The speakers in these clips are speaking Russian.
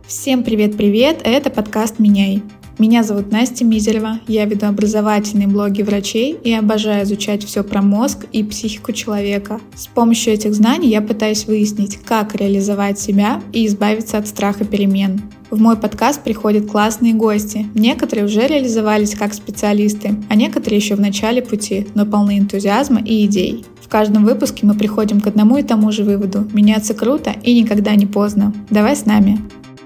Всем привет-привет, это подкаст «Меняй». Меня зовут Настя Мизерева, я веду образовательные блоги врачей и обожаю изучать все про мозг и психику человека. С помощью этих знаний я пытаюсь выяснить, как реализовать себя и избавиться от страха перемен. В мой подкаст приходят классные гости. Некоторые уже реализовались как специалисты, а некоторые еще в начале пути, но полны энтузиазма и идей. В каждом выпуске мы приходим к одному и тому же выводу: меняться круто и никогда не поздно. Давай с нами!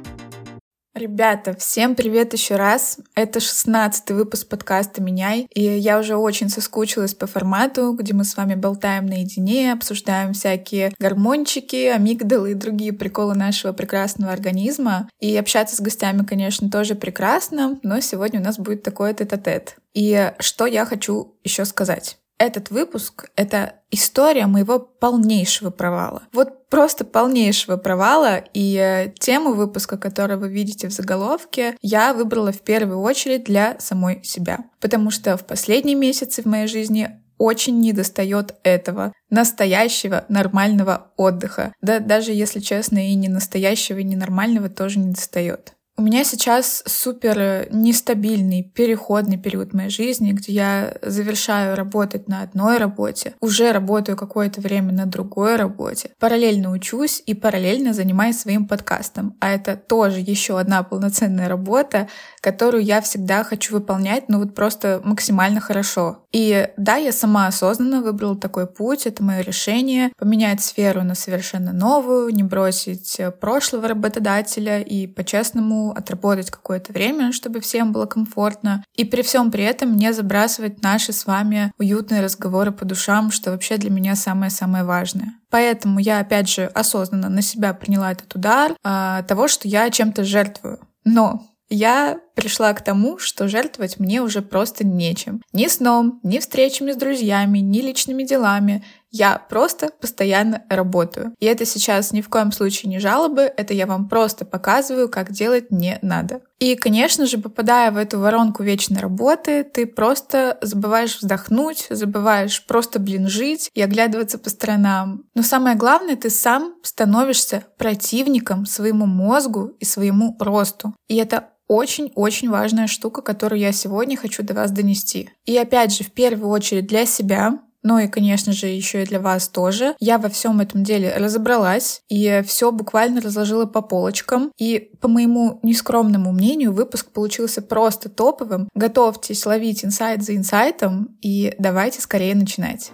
Ребята, всем привет еще раз. Это 16-й выпуск подкаста «Меняй», и я уже очень соскучилась по формату, где мы с вами болтаем наедине, обсуждаем всякие гормончики, амигдалы и другие приколы нашего прекрасного организма. И общаться с гостями, конечно, тоже прекрасно, но сегодня у нас будет такой тет-а-тет. И что я хочу еще сказать. Этот выпуск — это история моего полнейшего провала. Вот просто полнейшего провала, и тему выпуска, которую вы видите в заголовке, я выбрала в первую очередь для самой себя. Потому что в последние месяцы в моей жизни очень недостает этого настоящего нормального отдыха. Да даже, если честно, и не настоящего, и ненормального тоже недостает. У меня сейчас супер нестабильный переходный период моей жизни, где я завершаю работать на одной работе, уже работаю какое-то время на другой работе, параллельно учусь и параллельно занимаюсь своим подкастом. А это тоже еще одна полноценная работа, которую я всегда хочу выполнять, ну вот просто максимально хорошо. И да, я сама осознанно выбрала такой путь, это мое решение, поменять сферу на совершенно новую, не бросить прошлого работодателя и по-честному отработать какое-то время, чтобы всем было комфортно. И при всем при этом не забрасывать наши с вами уютные разговоры по душам, что вообще для меня самое-самое важное. Поэтому я, опять же, осознанно на себя приняла этот удар того, что я чем-то жертвую. Но я пришла к тому, что жертвовать мне уже просто нечем. Ни сном, ни встречами с друзьями, ни личными делами. Я просто постоянно работаю. И это сейчас ни в коем случае не жалобы, это я вам просто показываю, как делать не надо. И, конечно же, попадая в эту воронку вечной работы, ты просто забываешь вздохнуть, забываешь просто, жить и оглядываться по сторонам. Но самое главное, ты сам становишься противником своему мозгу и своему росту. И это очень-очень важная штука, которую я сегодня хочу до вас донести. И опять же, в первую очередь для себя, ну и, конечно же, еще и для вас тоже. Я во всем этом деле разобралась и все буквально разложила по полочкам. И, по моему нескромному мнению, выпуск получился просто топовым. Готовьтесь ловить инсайт за инсайтом и давайте скорее начинать.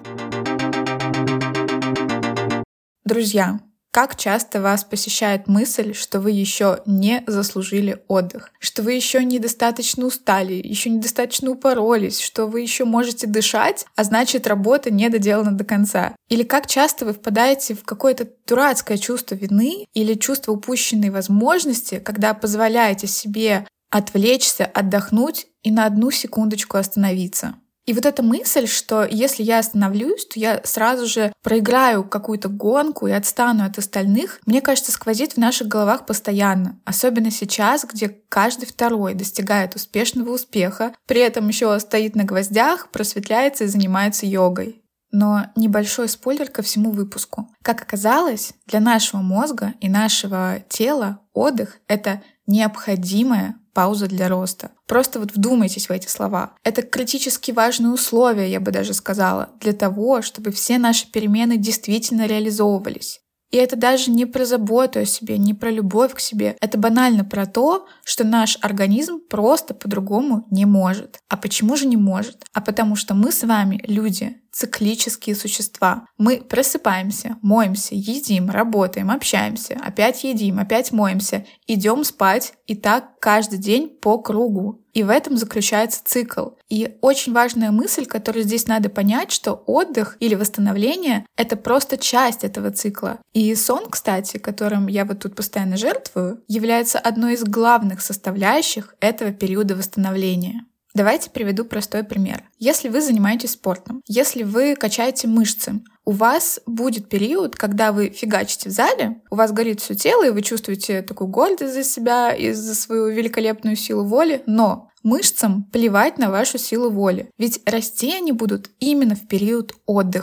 Друзья, как часто вас посещает мысль, что вы еще не заслужили отдых, что вы еще недостаточно устали, еще недостаточно упоролись, что вы еще можете дышать, а значит, работа не доделана до конца? Или как часто вы впадаете в какое-то дурацкое чувство вины или чувство упущенной возможности, когда позволяете себе отвлечься, отдохнуть и на одну секундочку остановиться? И вот эта мысль, что если я остановлюсь, то я сразу же проиграю какую-то гонку и отстану от остальных, мне кажется, сквозит в наших головах постоянно. Особенно сейчас, где каждый второй достигает успешного успеха, при этом еще стоит на гвоздях, просветляется и занимается йогой. Но небольшой спойлер ко всему выпуску. Как оказалось, для нашего мозга и нашего тела отдых — это необходимая пауза для роста. Просто вот вдумайтесь в эти слова. Это критически важное условие, я бы даже сказала, для того, чтобы все наши перемены действительно реализовывались. И это даже не про заботу о себе, не про любовь к себе. Это банально про то, что наш организм просто по-другому не может. А почему же не может? А потому что мы с вами, люди, циклические существа. Мы просыпаемся, моемся, едим, работаем, общаемся, опять едим, опять моемся, идем спать, и так каждый день по кругу. И в этом заключается цикл. И очень важная мысль, которую здесь надо понять, что отдых или восстановление — это просто часть этого цикла. И сон, кстати, которым я вот тут постоянно жертвую, является одной из главных составляющих этого периода восстановления. Давайте приведу простой пример. Если вы занимаетесь спортом, если вы качаете мышцы, у вас будет период, когда вы фигачите в зале, у вас горит все тело, и вы чувствуете такую гордость за себя и за свою великолепную силу воли, но мышцам плевать на вашу силу воли, ведь расти они будут именно в период отдыха.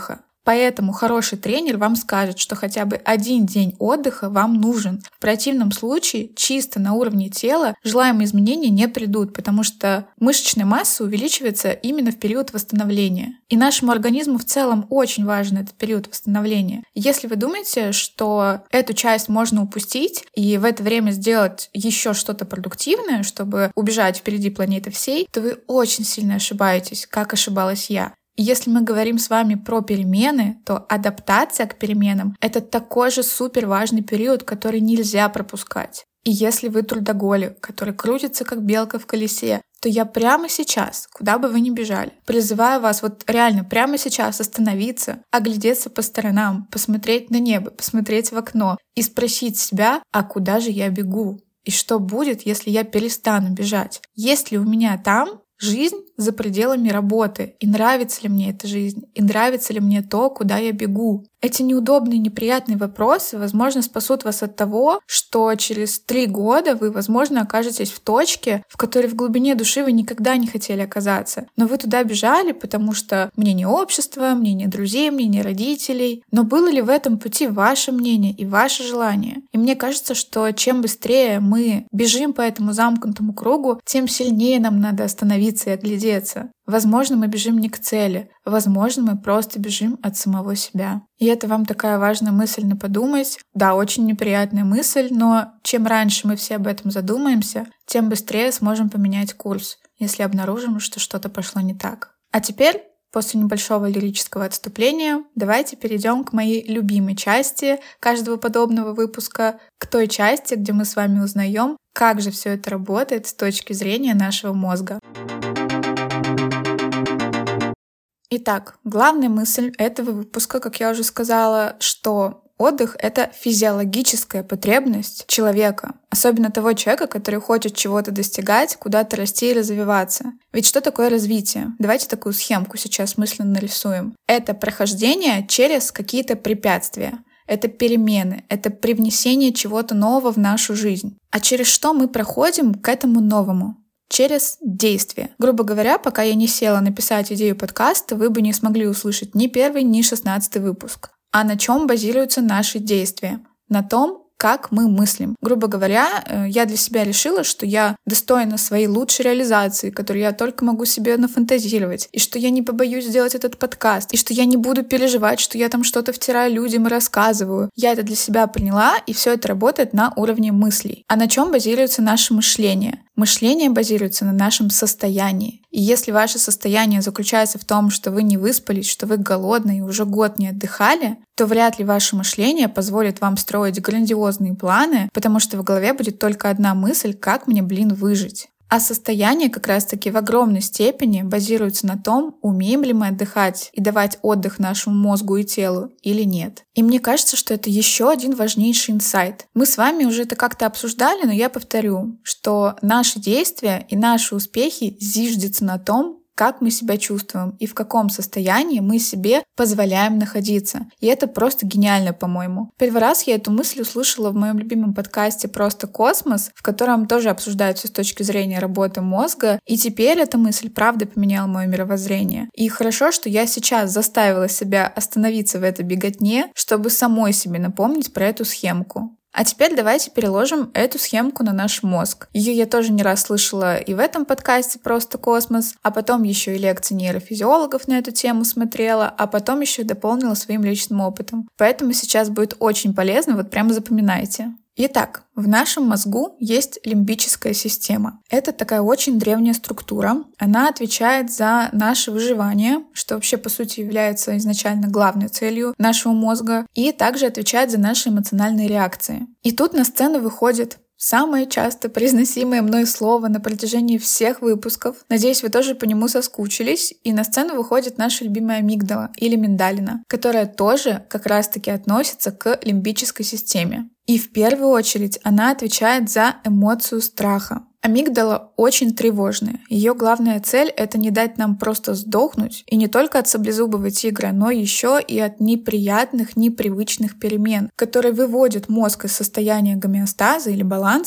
Поэтому хороший тренер вам скажет, что хотя бы 1 день отдыха вам нужен. В противном случае чисто на уровне тела желаемые изменения не придут, потому что мышечная масса увеличивается именно в период восстановления. И нашему организму в целом очень важен этот период восстановления. Если вы думаете, что эту часть можно упустить и в это время сделать еще что-то продуктивное, чтобы убежать впереди планеты всей, то вы очень сильно ошибаетесь, как ошибалась я. И если мы говорим с вами про перемены, то адаптация к переменам — это такой же супер важный период, который нельзя пропускать. И если вы трудоголик, который крутится как белка в колесе, то я прямо сейчас, куда бы вы ни бежали, призываю вас вот реально прямо сейчас остановиться, оглядеться по сторонам, посмотреть на небо, посмотреть в окно и спросить себя, а куда же я бегу? И что будет, если я перестану бежать? Есть ли у меня там жизнь за пределами работы? И нравится ли мне эта жизнь? И нравится ли мне то, куда я бегу? Эти неудобные, неприятные вопросы, возможно, спасут вас от того, что через 3 года вы, возможно, окажетесь в точке, в которой в глубине души вы никогда не хотели оказаться. Но вы туда бежали, потому что мнение общества, мнение друзей, мнение родителей. Но было ли в этом пути ваше мнение и ваше желание? И мне кажется, что чем быстрее мы бежим по этому замкнутому кругу, тем сильнее нам надо остановиться и оглядеться. Возможно, мы бежим не к цели, возможно, мы просто бежим от самого себя. И это вам такая важная мысль на подумать. Да, очень неприятная мысль, но чем раньше мы все об этом задумаемся, тем быстрее сможем поменять курс, если обнаружим, что что-то пошло не так. А теперь, после небольшого лирического отступления, давайте перейдем к моей любимой части каждого подобного выпуска, к той части, где мы с вами узнаем, как же все это работает с точки зрения нашего мозга. Итак, главная мысль этого выпуска, как я уже сказала, что отдых — это физиологическая потребность человека, особенно того человека, который хочет чего-то достигать, куда-то расти и развиваться. Ведь что такое развитие? Давайте такую схемку сейчас мысленно нарисуем. Это прохождение через какие-то препятствия. Это перемены, это привнесение чего-то нового в нашу жизнь. А через что мы проходим к этому новому? Через действие. Грубо говоря, пока я не села написать идею подкаста, вы бы не смогли услышать ни 1, ни 16 выпуск. А на чем базируются наши действия? На том, как мы мыслим. Грубо говоря, я для себя решила, что я достойна своей лучшей реализации, которую я только могу себе нафантазировать, и что я не побоюсь сделать этот подкаст, и что я не буду переживать, что я там что-то втираю людям и рассказываю. Я это для себя поняла, и все это работает на уровне мыслей. А на чем базируется наше мышление? Мышление базируется на нашем состоянии. И если ваше состояние заключается в том, что вы не выспались, что вы голодны и уже год не отдыхали, то вряд ли ваше мышление позволит вам строить грандиозные планы, потому что в голове будет только одна мысль: как мне, выжить. А состояние как раз-таки в огромной степени базируется на том, умеем ли мы отдыхать и давать отдых нашему мозгу и телу или нет. И мне кажется, что это еще один важнейший инсайт. Мы с вами уже это как-то обсуждали, но я повторю, что наши действия и наши успехи зиждятся на том, как мы себя чувствуем и в каком состоянии мы себе позволяем находиться. И это просто гениально, по-моему. Первый раз я эту мысль услышала в моем любимом подкасте «Просто космос», в котором тоже обсуждают все с точки зрения работы мозга. И теперь эта мысль правда поменяла мое мировоззрение. И хорошо, что я сейчас заставила себя остановиться в этой беготне, чтобы самой себе напомнить про эту схемку. А теперь давайте переложим эту схемку на наш мозг. Ее я тоже не раз слышала и в этом подкасте «Просто космос», а потом еще и лекции нейрофизиологов на эту тему смотрела, а потом еще и дополнила своим личным опытом. Поэтому сейчас будет очень полезно, вот прямо запоминайте. Итак, в нашем мозгу есть лимбическая система. Это такая очень древняя структура. Она отвечает за наше выживание, что вообще по сути является изначально главной целью нашего мозга, и также отвечает за наши эмоциональные реакции. И тут на сцену выходит самое часто произносимое мной слово на протяжении всех выпусков. Надеюсь, вы тоже по нему соскучились. И на сцену выходит наша любимая амигдала или миндалина, которая тоже как раз-таки относится к лимбической системе. И в первую очередь она отвечает за эмоцию страха. Амигдала очень тревожная. Ее главная цель — это не дать нам просто сдохнуть, и не только от саблезубого тигра, но еще и от неприятных, непривычных перемен, которые выводят мозг из состояния гомеостаза или баланса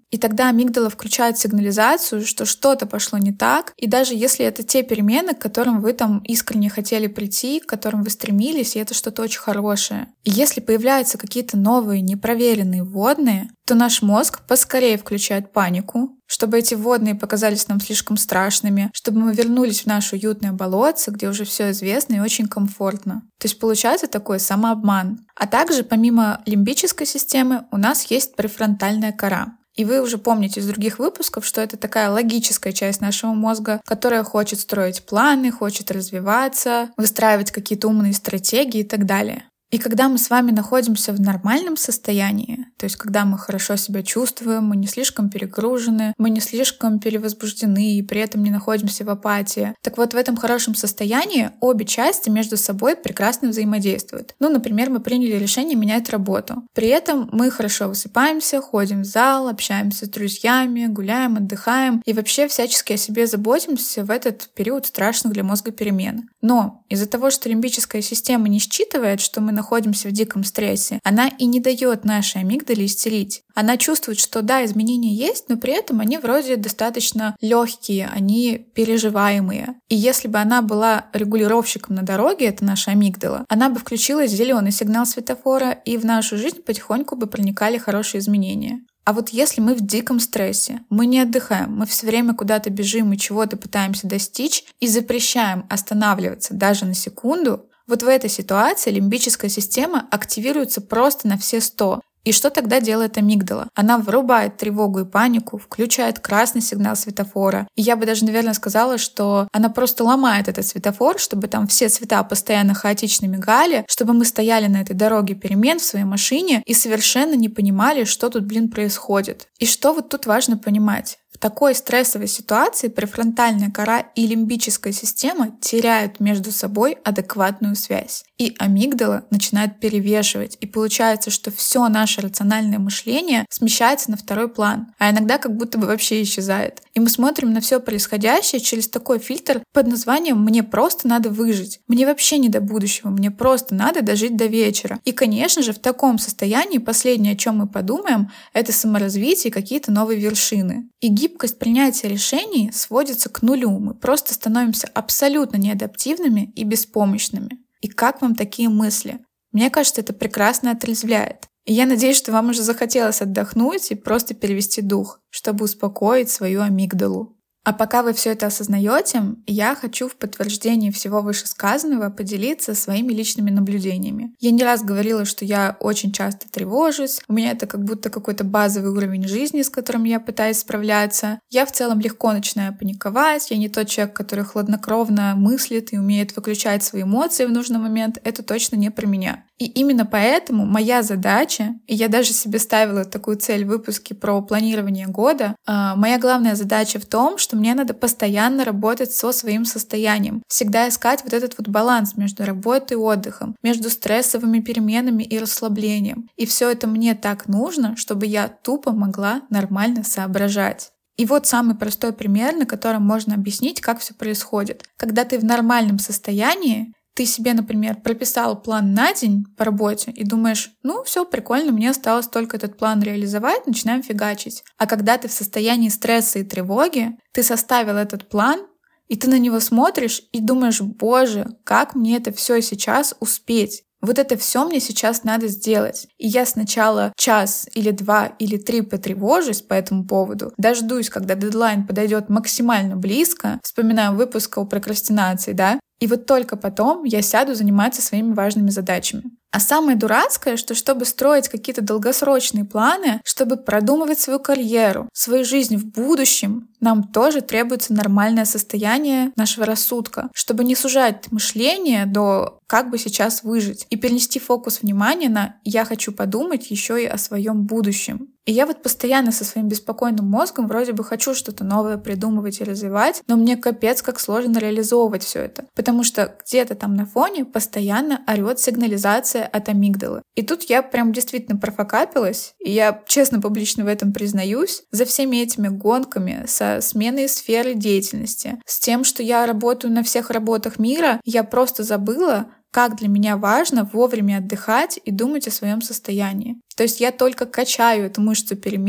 И тогда амигдала включает сигнализацию, что что-то пошло не так, и даже если это те перемены, к которым вы там искренне хотели прийти, к которым вы стремились, и это что-то очень хорошее. И если появляются какие-то новые, непроверенные вводные, то наш мозг поскорее включает панику, чтобы эти вводные показались нам слишком страшными, чтобы мы вернулись в наше уютное болотце, где уже все известно и очень комфортно. То есть получается такой самообман. А также помимо лимбической системы у нас есть префронтальная кора. И вы уже помните из других выпусков, что это такая логическая часть нашего мозга, которая хочет строить планы, хочет развиваться, выстраивать какие-то умные стратегии и так далее. И когда мы с вами находимся в нормальном состоянии, то есть когда мы хорошо себя чувствуем, мы не слишком перегружены, мы не слишком перевозбуждены и при этом не находимся в апатии, так вот в этом хорошем состоянии обе части между собой прекрасно взаимодействуют. Ну, например, мы приняли решение менять работу. При этом мы хорошо высыпаемся, ходим в зал, общаемся с друзьями, гуляем, отдыхаем и вообще всячески о себе заботимся в этот период страшных для мозга перемен. Но из-за того, что лимбическая система не считывает, что мы находимся в диком стрессе, она и не дает нашей амигдале исцелить. Она чувствует, что да, изменения есть, но при этом они вроде достаточно легкие, они переживаемые. И если бы она была регулировщиком на дороге, это наша амигдала, она бы включила зеленый сигнал светофора, и в нашу жизнь потихоньку бы проникали хорошие изменения. А вот если мы в диком стрессе, мы не отдыхаем, мы все время куда-то бежим и чего-то пытаемся достичь и запрещаем останавливаться даже на секунду, вот в этой ситуации лимбическая система активируется просто на все 100. И что тогда делает амигдала? Она вырубает тревогу и панику, включает красный сигнал светофора. И я бы даже, наверное, сказала, что она просто ломает этот светофор, чтобы там все цвета постоянно хаотично мигали, чтобы мы стояли на этой дороге перемен в своей машине и совершенно не понимали, что тут, происходит. И что вот тут важно понимать? В такой стрессовой ситуации префронтальная кора и лимбическая система теряют между собой адекватную связь. И амигдала начинает перевешивать. И получается, что все наше рациональное мышление смещается на второй план, а иногда как будто бы вообще исчезает. И мы смотрим на все происходящее через такой фильтр под названием «мне просто надо выжить». Мне вообще не до будущего, мне просто надо дожить до вечера. И, конечно же, в таком состоянии последнее, о чем мы подумаем, это саморазвитие и какие-то новые вершины. И гибкость принятия решений сводится к нулю. Мы просто становимся абсолютно неадаптивными и беспомощными. И как вам такие мысли? Мне кажется, это прекрасно отрезвляет. И я надеюсь, что вам уже захотелось отдохнуть и просто перевести дух, чтобы успокоить свою амигдалу. А пока вы все это осознаете, я хочу в подтверждении всего вышесказанного поделиться своими личными наблюдениями. Я не раз говорила, что я очень часто тревожусь, у меня это как будто какой-то базовый уровень жизни, с которым я пытаюсь справляться. Я в целом легко начинаю паниковать, я не тот человек, который хладнокровно мыслит и умеет выключать свои эмоции в нужный момент, это точно не про меня. И именно поэтому моя задача, и я даже себе ставила такую цель в выпуске про планирование года, моя главная задача в том, что мне надо постоянно работать со своим состоянием, всегда искать вот этот вот баланс между работой и отдыхом, между стрессовыми переменами и расслаблением. И все это мне так нужно, чтобы я тупо могла нормально соображать. И вот самый простой пример, на котором можно объяснить, как все происходит. Когда ты в нормальном состоянии, ты себе, например, прописал план на день по работе и думаешь, все прикольно, мне осталось только этот план реализовать, начинаем фигачить. А когда ты в состоянии стресса и тревоги, ты составил этот план, и ты на него смотришь и думаешь, боже, как мне это все сейчас успеть? Вот это все мне сейчас надо сделать. И я сначала час или 2 или 3 потревожусь по этому поводу, дождусь, когда дедлайн подойдет максимально близко, вспоминаю выпуск о прокрастинации, да? И вот только потом я сяду заниматься своими важными задачами. А самое дурацкое, что чтобы строить какие-то долгосрочные планы, чтобы продумывать свою карьеру, свою жизнь в будущем, нам тоже требуется нормальное состояние нашего рассудка, чтобы не сужать мышление до «как бы сейчас выжить» и перенести фокус внимания на «я хочу подумать еще и о своем будущем». И я вот постоянно со своим беспокойным мозгом вроде бы хочу что-то новое придумывать и развивать, но мне капец как сложно реализовывать все это, потому что где-то там на фоне постоянно орёт сигнализация от амигдалы. И тут я прям действительно профокапилась, и я честно публично в этом признаюсь, за всеми этими гонками, со сменой сферы деятельности, с тем, что я работаю на всех работах мира, я просто забыла, как для меня важно вовремя отдыхать и думать о своем состоянии. То есть я только качаю эту мышцу перемен,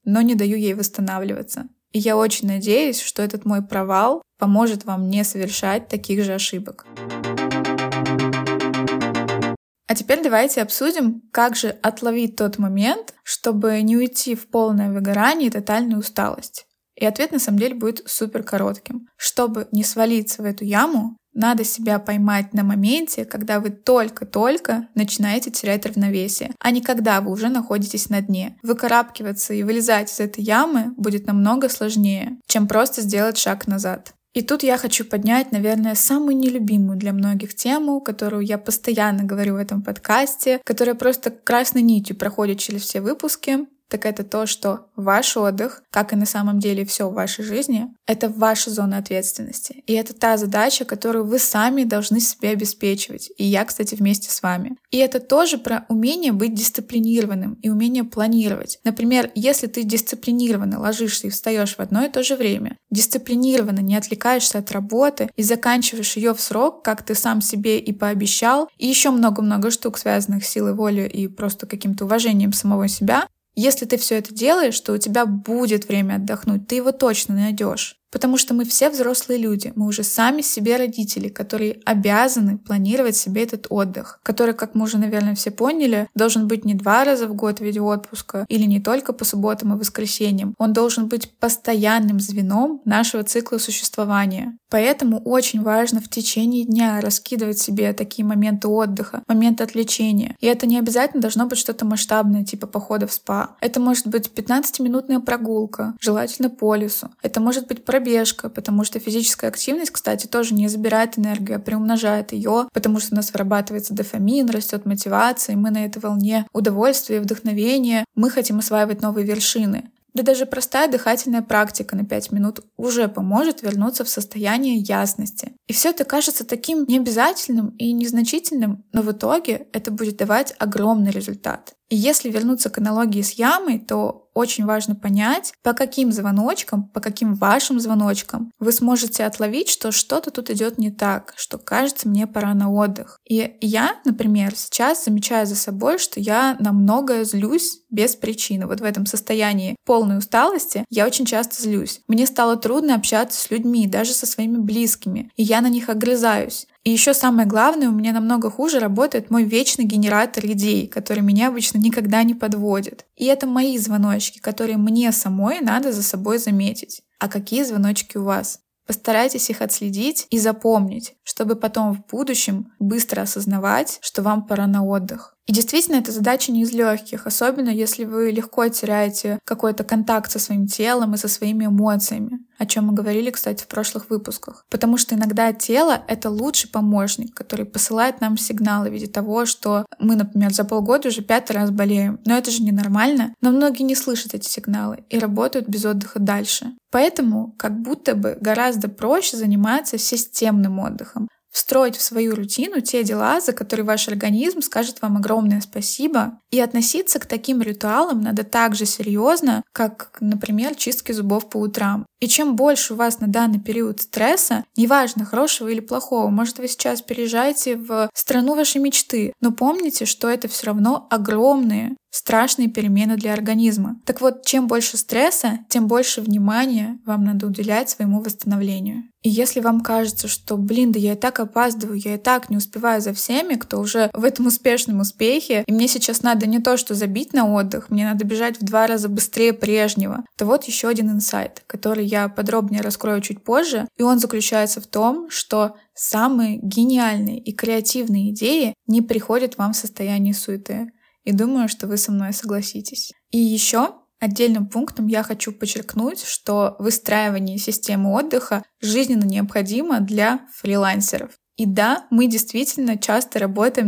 но не даю ей восстанавливаться. И я очень надеюсь, что этот мой провал поможет вам не совершать таких же ошибок. А теперь давайте обсудим, как же отловить тот момент, чтобы не уйти в полное выгорание и тотальную усталость. И ответ на самом деле будет супер коротким. Чтобы не свалиться в эту яму, надо себя поймать на моменте, когда вы только-только начинаете терять равновесие, а не когда вы уже находитесь на дне. Выкарабкиваться и вылезать из этой ямы будет намного сложнее, чем просто сделать шаг назад. И тут я хочу поднять, наверное, самую нелюбимую для многих тему, которую я постоянно говорю в этом подкасте, которая просто красной нитью проходит через все выпуски. Так это то, что ваш отдых, как и на самом деле все в вашей жизни, это ваша зона ответственности. И это та задача, которую вы сами должны себе обеспечивать. И я, кстати, вместе с вами. И это тоже про умение быть дисциплинированным и умение планировать. Например, если ты дисциплинированно ложишься и встаешь в одно и то же время, дисциплинированно не отвлекаешься от работы и заканчиваешь ее в срок, как ты сам себе и пообещал, и еще много-много штук, связанных с силой воли и просто каким-то уважением самого себя, если ты все это делаешь, то у тебя будет время отдохнуть, ты его точно найдешь. Потому что мы все взрослые люди, мы уже сами себе родители, которые обязаны планировать себе этот отдых, который, как мы уже, наверное, все поняли, должен быть не 2 раза в год в виде отпуска или не только по субботам и воскресеньям. Он должен быть постоянным звеном нашего цикла существования. Поэтому очень важно в течение дня раскидывать себе такие моменты отдыха, моменты отвлечения. И это не обязательно должно быть что-то масштабное, типа похода в спа. Это может быть 15-минутная прогулка, желательно по лесу. Это может быть пробежка, потому что физическая активность, кстати, тоже не забирает энергию, а приумножает ее, потому что у нас вырабатывается дофамин, растет мотивация, и мы на этой волне удовольствия и вдохновения. Мы хотим осваивать новые вершины. Да даже простая дыхательная практика на 5 минут уже поможет вернуться в состояние ясности. И все это кажется таким необязательным и незначительным, но в итоге это будет давать огромный результат. И если вернуться к аналогии с ямой, то очень важно понять, по каким звоночкам, по каким вашим звоночкам вы сможете отловить, что что-то тут идет не так, что кажется, мне пора на отдых. И я, например, сейчас замечаю за собой, что я на многое злюсь без причины. Вот в этом состоянии полной усталости я очень часто злюсь. Мне стало трудно общаться с людьми, даже со своими близкими, и я на них огрызаюсь. И еще самое главное, у меня намного хуже работает мой вечный генератор идей, который меня обычно никогда не подводит. И это мои звоночки, которые мне самой надо за собой заметить. А какие звоночки у вас? Постарайтесь их отследить и запомнить, чтобы потом в будущем быстро осознавать, что вам пора на отдых. И действительно, эта задача не из легких, особенно если вы легко теряете какой-то контакт со своим телом и со своими эмоциями, о чем мы говорили, кстати, в прошлых выпусках. Потому что иногда тело — это лучший помощник, который посылает нам сигналы в виде того, что мы, например, за полгода уже 5-й раз болеем. Но это же ненормально. Но многие не слышат эти сигналы и работают без отдыха дальше. Поэтому как будто бы гораздо проще заниматься системным отдыхом. Встроить в свою рутину те дела, за которые ваш организм скажет вам огромное спасибо, и относиться к таким ритуалам надо так же серьезно, как, например, чистки зубов по утрам. И чем больше у вас на данный период стресса, неважно, хорошего или плохого, может, вы сейчас переезжаете в страну вашей мечты, но помните, что это все равно огромные, страшные перемены для организма. Так вот, чем больше стресса, тем больше внимания вам надо уделять своему восстановлению. И если вам кажется, что, да я и так опаздываю, я и так не успеваю за всеми, кто уже в этом успешном успехе, и мне сейчас надо не то, что забить на отдых, мне надо бежать в 2 раза быстрее прежнего, то вот еще один инсайт, который я подробнее раскрою чуть позже, и он заключается в том, что самые гениальные и креативные идеи не приходят вам в состоянии суеты. И думаю, что вы со мной согласитесь. И еще отдельным пунктом я хочу подчеркнуть, что выстраивание системы отдыха жизненно необходимо для фрилансеров. И да, мы действительно часто работаем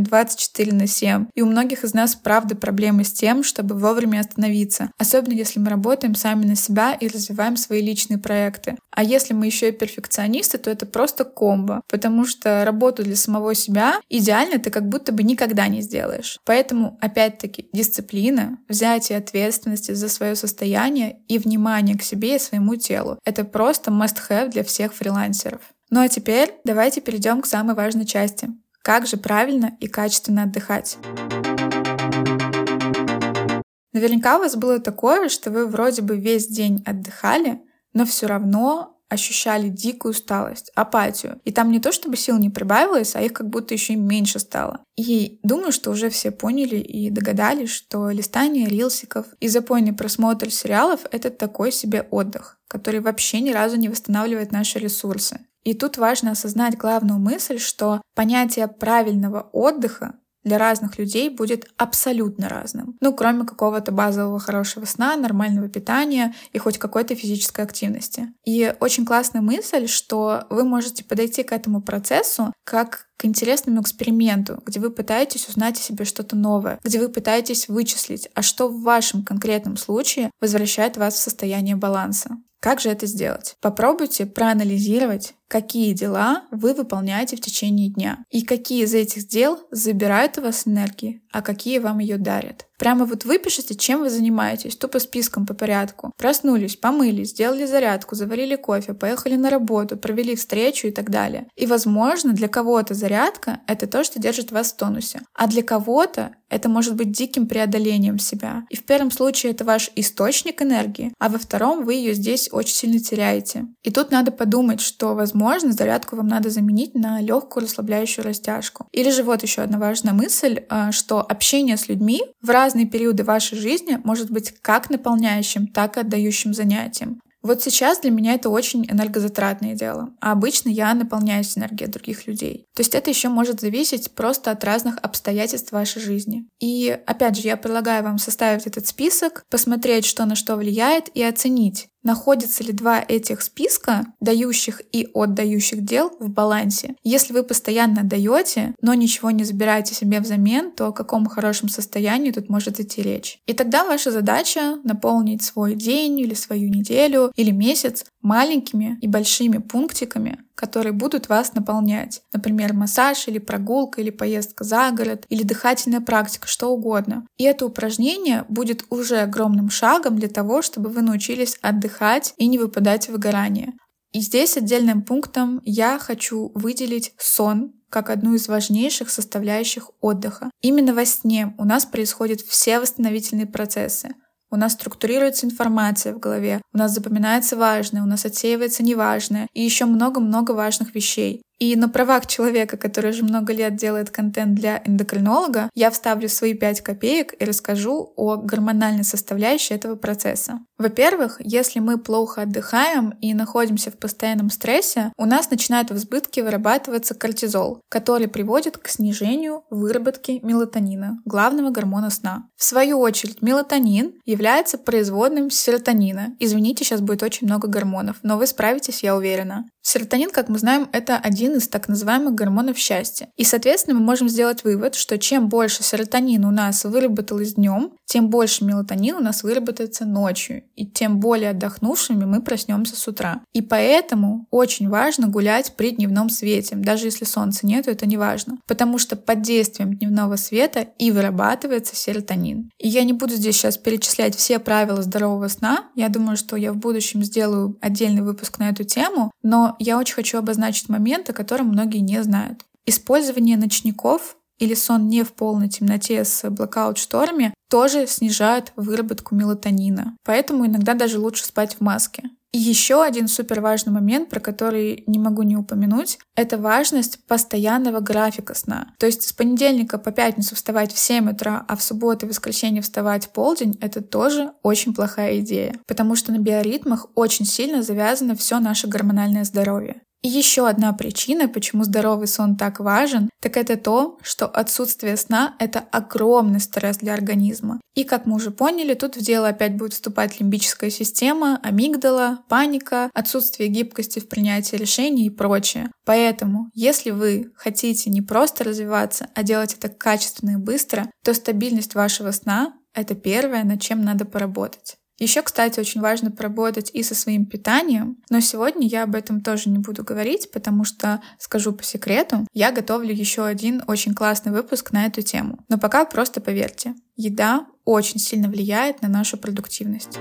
24/7, и у многих из нас, правда, проблемы с тем, чтобы вовремя остановиться, особенно если мы работаем сами на себя и развиваем свои личные проекты. А если мы еще и перфекционисты, то это просто комбо, потому что работу для самого себя идеально ты как будто бы никогда не сделаешь. Поэтому, опять-таки, дисциплина, взятие ответственности за свое состояние и внимание к себе и своему телу — это просто must-have для всех фрилансеров. Ну а теперь давайте перейдем к самой важной части. Как же правильно и качественно отдыхать? Наверняка у вас было такое, что вы вроде бы весь день отдыхали, но все равно ощущали дикую усталость, апатию. И там не то чтобы сил не прибавилось, а их как будто еще и меньше стало. И думаю, что уже все поняли и догадались, что листание рилсиков и запойный просмотр сериалов — это такой себе отдых, который вообще ни разу не восстанавливает наши ресурсы. И тут важно осознать главную мысль, что понятие правильного отдыха для разных людей будет абсолютно разным. Кроме какого-то базового хорошего сна, нормального питания и хоть какой-то физической активности. И очень классная мысль, что вы можете подойти к этому процессу как к интересному эксперименту, где вы пытаетесь узнать о себе что-то новое, где вы пытаетесь вычислить, а что в вашем конкретном случае возвращает вас в состояние баланса. Как же это сделать? Попробуйте проанализировать, какие дела вы выполняете в течение дня и какие из этих дел забирают у вас энергии, а какие вам ее дарят. Прямо выпишите, чем вы занимаетесь, тупо списком по порядку. Проснулись, помылись, сделали зарядку, заварили кофе, поехали на работу, провели встречу и так далее. И, возможно, для кого-то зарядка — это то, что держит вас в тонусе, а для кого-то это может быть диким преодолением себя. И в первом случае это ваш источник энергии, а во втором вы ее здесь очень сильно теряете. И тут надо подумать, что, возможно, зарядку вам надо заменить на легкую расслабляющую растяжку. Или же вот еще одна важная мысль, что общение с людьми в разные периоды вашей жизни может быть как наполняющим, так и отдающим занятием. Вот сейчас для меня это очень энергозатратное дело, а обычно я наполняюсь энергией других людей. То есть это еще может зависеть просто от разных обстоятельств вашей жизни. И опять же, я предлагаю вам составить этот список, посмотреть, что на что влияет, и оценить, находятся ли два этих списка, дающих и отдающих дел, в балансе. Если вы постоянно даете, но ничего не забираете себе взамен, то о каком хорошем состоянии тут может идти речь. И тогда ваша задача — наполнить свой день или свою неделю или месяц маленькими и большими пунктиками, которые будут вас наполнять. Например, массаж или прогулка, или поездка за город, или дыхательная практика, что угодно. И это упражнение будет уже огромным шагом для того, чтобы вы научились отдыхать и не выпадать в выгорание. И здесь отдельным пунктом я хочу выделить сон как одну из важнейших составляющих отдыха. Именно во сне у нас происходят все восстановительные процессы. У нас структурируется информация в голове, у нас запоминается важное, у нас отсеивается неважное и еще много-много важных вещей. И на правах человека, который уже много лет делает контент для эндокринолога, я вставлю свои 5 копеек и расскажу о гормональной составляющей этого процесса. Во-первых, если мы плохо отдыхаем и находимся в постоянном стрессе, у нас начинает в избытке вырабатываться кортизол, который приводит к снижению выработки мелатонина, главного гормона сна. В свою очередь, мелатонин является производным серотонина. Извините, сейчас будет очень много гормонов, но вы справитесь, я уверена. Серотонин, как мы знаем, это один из так называемых гормонов счастья. И, соответственно, мы можем сделать вывод, что чем больше серотонина у нас выработалось днем, тем больше мелатонина у нас выработается ночью, и тем более отдохнувшими мы проснемся с утра. И поэтому очень важно гулять при дневном свете. Даже если солнца нет, это не важно. Потому что под действием дневного света и вырабатывается серотонин. И я не буду здесь сейчас перечислять все правила здорового сна. Я думаю, что я в будущем сделаю отдельный выпуск на эту тему. Но я очень хочу обозначить момент, о котором многие не знают. Использование ночников или сон не в полной темноте с блэкаут-шторами тоже снижают выработку мелатонина. Поэтому иногда даже лучше спать в маске. И еще один супер важный момент, про который не могу не упомянуть, это важность постоянного графика сна. То есть с понедельника по пятницу вставать в 7 утра, а в субботу и воскресенье вставать в полдень — это тоже очень плохая идея. Потому что на биоритмах очень сильно завязано все наше гормональное здоровье. И еще одна причина, почему здоровый сон так важен, так это то, что отсутствие сна — это огромный стресс для организма. И, как мы уже поняли, тут в дело опять будет вступать лимбическая система, амигдала, паника, отсутствие гибкости в принятии решений и прочее. Поэтому, если вы хотите не просто развиваться, а делать это качественно и быстро, то стабильность вашего сна — это первое, над чем надо поработать. Еще, кстати, очень важно поработать и со своим питанием, но сегодня я об этом тоже не буду говорить, потому что, скажу по секрету, я готовлю еще один очень классный выпуск на эту тему. Но пока просто поверьте, еда очень сильно влияет на нашу продуктивность.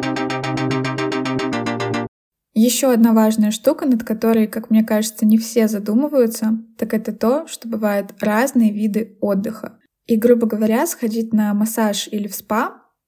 Еще одна важная штука, над которой, как мне кажется, не все задумываются, так это то, что бывают разные виды отдыха. И, грубо говоря, сходить на массаж или в спа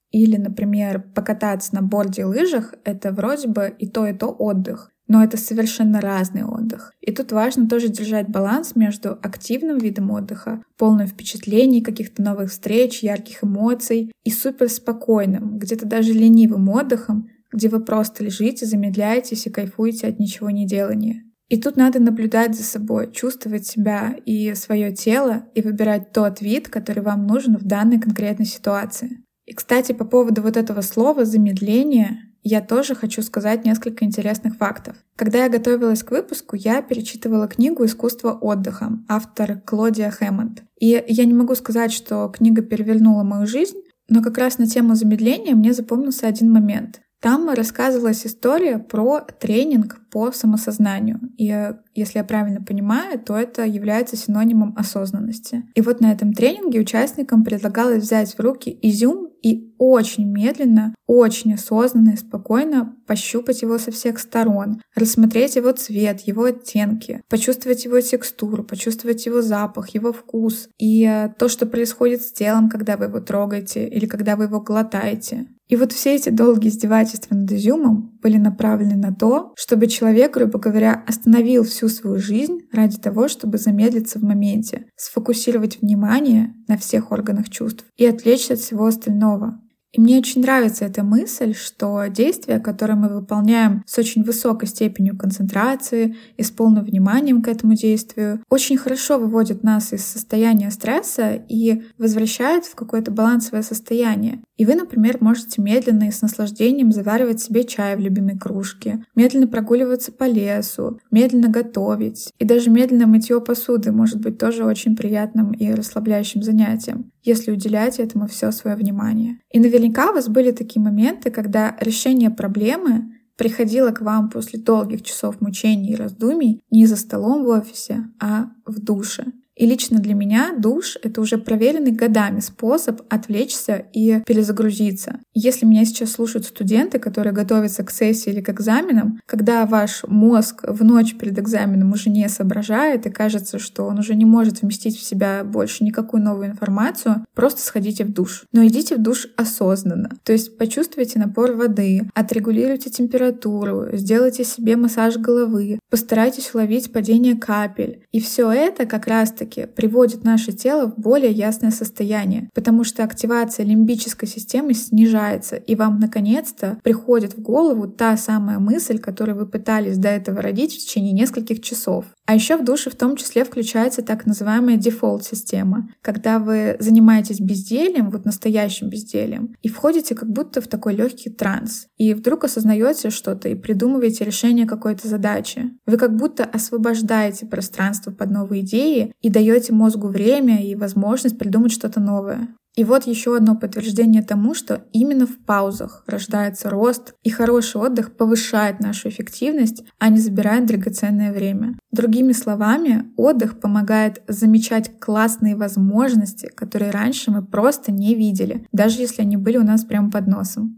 Или, например, покататься на борде и лыжах — это вроде бы и то отдых, но это совершенно разный отдых. И тут важно тоже держать баланс между активным видом отдыха, полным впечатлений, каких-то новых встреч, ярких эмоций, и суперспокойным, где-то даже ленивым отдыхом, где вы просто лежите, замедляетесь и кайфуете от ничего не делания. И тут надо наблюдать за собой, чувствовать себя и свое тело и выбирать тот вид, который вам нужен в данной конкретной ситуации. И, кстати, по поводу вот этого слова «замедление» я тоже хочу сказать несколько интересных фактов. Когда я готовилась к выпуску, я перечитывала книгу «Искусство отдыха», автор Клодия Хэммонд. И я не могу сказать, что книга перевернула мою жизнь, но как раз на тему замедления мне запомнился один момент. Там рассказывалась история про тренинг по самосознанию. И если я правильно понимаю, то это является синонимом осознанности. И вот на этом тренинге участникам предлагалось взять в руки изюм и очень медленно, очень осознанно и спокойно пощупать его со всех сторон, рассмотреть его цвет, его оттенки, почувствовать его текстуру, почувствовать его запах, его вкус и то, что происходит с телом, когда вы его трогаете или когда вы его глотаете. И вот все эти долгие издевательства над изюмом были направлены на то, чтобы человек, грубо говоря, остановил всю свою жизнь ради того, чтобы замедлиться в моменте, сфокусировать внимание на всех органах чувств и отвлечься от всего остального. И мне очень нравится эта мысль, что действия, которые мы выполняем с очень высокой степенью концентрации и с полным вниманием к этому действию, очень хорошо выводят нас из состояния стресса и возвращают в какое-то балансовое состояние. И вы, например, можете медленно и с наслаждением заваривать себе чай в любимой кружке, медленно прогуливаться по лесу, медленно готовить. И даже медленно мытье посуды может быть тоже очень приятным и расслабляющим занятием, если уделять этому все свое внимание. И наверняка у вас были такие моменты, когда решение проблемы приходило к вам после долгих часов мучений и раздумий не за столом в офисе, а в душе. И лично для меня душ — это уже проверенный годами способ отвлечься и перезагрузиться. Если меня сейчас слушают студенты, которые готовятся к сессии или к экзаменам, когда ваш мозг в ночь перед экзаменом уже не соображает и кажется, что он уже не может вместить в себя больше никакую новую информацию, просто сходите в душ. Но идите в душ осознанно. То есть почувствуйте напор воды, отрегулируйте температуру, сделайте себе массаж головы, постарайтесь уловить падение капель. И все это как раз-таки приводит наше тело в более ясное состояние, потому что активация лимбической системы снижается, и вам наконец-то приходит в голову та самая мысль, которую вы пытались до этого родить в течение нескольких часов. А еще в душе в том числе включается так называемая дефолт-система, когда вы занимаетесь бездельем, вот настоящим бездельем, и входите как будто в такой легкий транс, и вдруг осознаете что-то и придумываете решение какой-то задачи. Вы как будто освобождаете пространство под новые идеи и даете мозгу время и возможность придумать что-то новое. И вот еще одно подтверждение тому, что именно в паузах рождается рост, и хороший отдых повышает нашу эффективность, а не забирает драгоценное время. Другими словами, отдых помогает замечать классные возможности, которые раньше мы просто не видели, даже если они были у нас прямо под носом.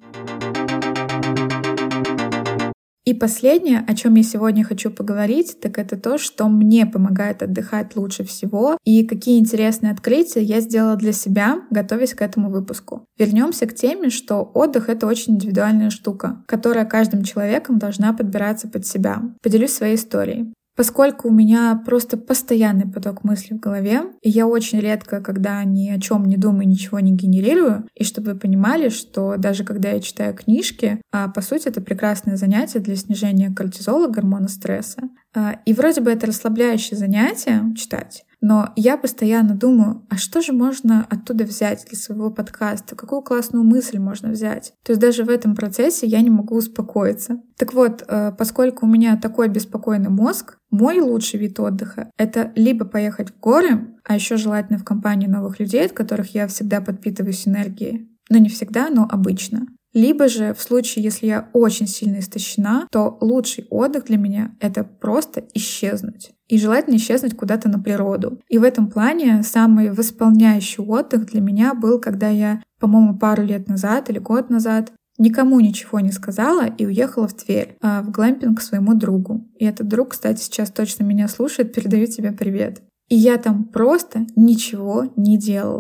И последнее, о чем я сегодня хочу поговорить, так это то, что мне помогает отдыхать лучше всего и какие интересные открытия я сделала для себя, готовясь к этому выпуску. Вернемся к теме, что отдых — это очень индивидуальная штука, которая каждым человеком должна подбираться под себя. Поделюсь своей историей. Поскольку у меня просто постоянный поток мыслей в голове, и я очень редко, когда ни о чем не думаю, ничего не генерирую, и чтобы вы понимали, что даже когда я читаю книжки, по сути это прекрасное занятие для снижения кортизола, гормона стресса, и вроде бы это расслабляющее занятие читать, но я постоянно думаю, а что же можно оттуда взять для своего подкаста? Какую классную мысль можно взять? То есть даже в этом процессе я не могу успокоиться. Так вот, поскольку у меня такой беспокойный мозг, мой лучший вид отдыха — это либо поехать в горы, а еще желательно в компании новых людей, от которых я всегда подпитываюсь энергией. Но не всегда, но обычно. Либо же в случае, если я очень сильно истощена, то лучший отдых для меня — это просто исчезнуть. И желательно исчезнуть куда-то на природу. И в этом плане самый восполняющий отдых для меня был, когда я, по-моему, пару лет назад или год назад никому ничего не сказала и уехала в Тверь, в глэмпинг к своему другу. И этот друг, кстати, сейчас точно меня слушает, передаю тебе привет. И я там просто ничего не делала.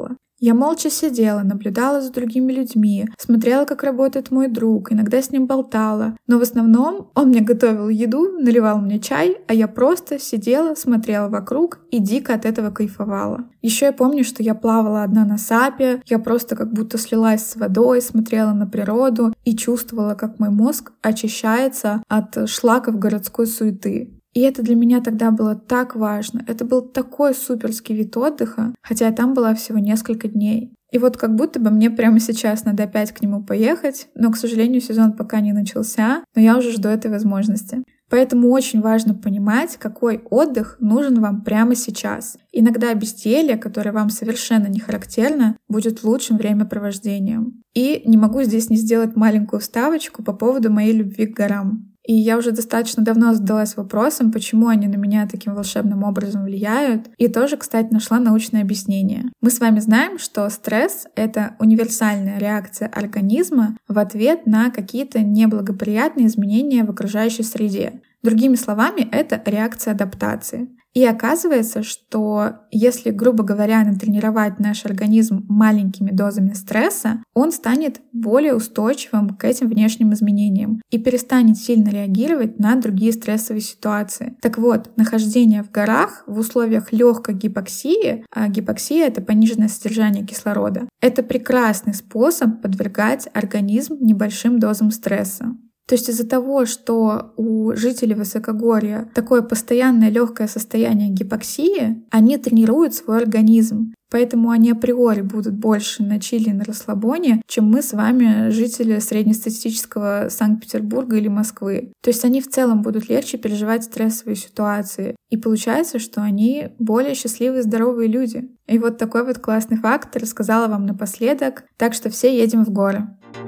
Я молча сидела, наблюдала за другими людьми, смотрела, как работает мой друг, иногда с ним болтала. Но в основном он мне готовил еду, наливал мне чай, а я просто сидела, смотрела вокруг и дико от этого кайфовала. Еще я помню, что я плавала одна на сапе, я просто как будто слилась с водой, смотрела на природу и чувствовала, как мой мозг очищается от шлаков городской суеты. И это для меня тогда было так важно. Это был такой суперский вид отдыха, хотя я там была всего несколько дней. И вот как будто бы мне прямо сейчас надо опять к нему поехать, но, к сожалению, сезон пока не начался, но я уже жду этой возможности. Поэтому очень важно понимать, какой отдых нужен вам прямо сейчас. Иногда безделье, которое вам совершенно не характерно, будет лучшим времяпровождением. И не могу здесь не сделать маленькую вставочку по поводу моей любви к горам. И я уже достаточно давно задалась вопросом, почему они на меня таким волшебным образом влияют. И тоже, кстати, нашла научное объяснение. Мы с вами знаем, что стресс — это универсальная реакция организма в ответ на какие-то неблагоприятные изменения в окружающей среде. Другими словами, это реакция адаптации. И оказывается, что если, грубо говоря, натренировать наш организм маленькими дозами стресса, он станет более устойчивым к этим внешним изменениям и перестанет сильно реагировать на другие стрессовые ситуации. Так вот, нахождение в горах в условиях легкой гипоксии, а гипоксия — это пониженное содержание кислорода, это прекрасный способ подвергать организм небольшим дозам стресса. То есть из-за того, что у жителей высокогорья такое постоянное легкое состояние гипоксии, они тренируют свой организм. Поэтому они априори будут больше на чили и на расслабоне, чем мы с вами, жители среднестатистического Санкт-Петербурга или Москвы. То есть они в целом будут легче переживать стрессовые ситуации. И получается, что они более счастливые и здоровые люди. И вот такой вот классный факт рассказала вам напоследок. Так что все едем в горы.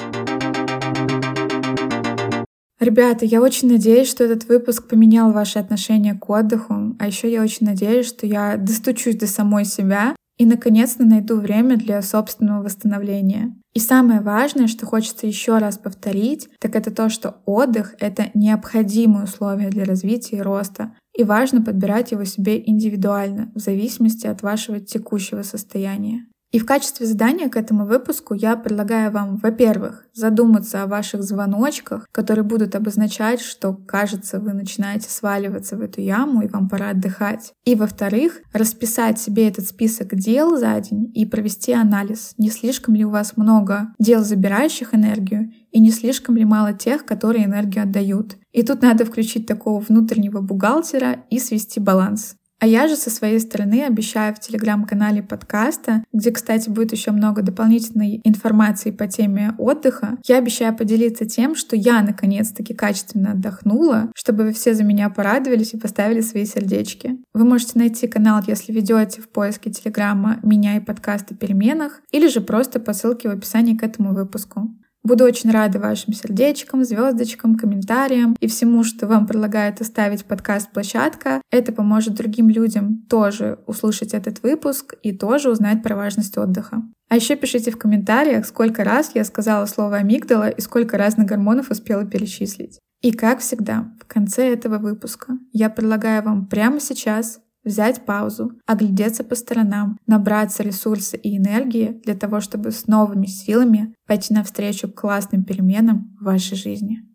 Ребята, я очень надеюсь, что этот выпуск поменял ваше отношение к отдыху, а еще я очень надеюсь, что я достучусь до самой себя и наконец-то найду время для собственного восстановления. И самое важное, что хочется еще раз повторить, так это то, что отдых — это необходимое условие для развития и роста, и важно подбирать его себе индивидуально, в зависимости от вашего текущего состояния. И в качестве задания к этому выпуску я предлагаю вам, во-первых, задуматься о ваших звоночках, которые будут обозначать, что, кажется, вы начинаете сваливаться в эту яму и вам пора отдыхать. И, во-вторых, расписать себе этот список дел за день и провести анализ, не слишком ли у вас много дел, забирающих энергию, и не слишком ли мало тех, которые энергию отдают. И тут надо включить такого внутреннего бухгалтера и свести баланс. А я же со своей стороны обещаю в телеграм-канале подкаста, где, кстати, будет еще много дополнительной информации по теме отдыха, я обещаю поделиться тем, что я наконец-таки качественно отдохнула, чтобы вы все за меня порадовались и поставили свои сердечки. Вы можете найти канал, если ведете в поиске телеграма меня и подкаста «Переменах», или же просто по ссылке в описании к этому выпуску. Буду очень рада вашим сердечкам, звездочкам, комментариям и всему, что вам предлагает оставить подкаст-площадка. Это поможет другим людям тоже услышать этот выпуск и тоже узнать про важность отдыха. А еще пишите в комментариях, сколько раз я сказала слово амигдала и сколько разных гормонов успела перечислить. И как всегда, в конце этого выпуска я предлагаю вам прямо сейчас взять паузу, оглядеться по сторонам, набраться ресурса и энергии для того, чтобы с новыми силами пойти навстречу классным переменам в вашей жизни.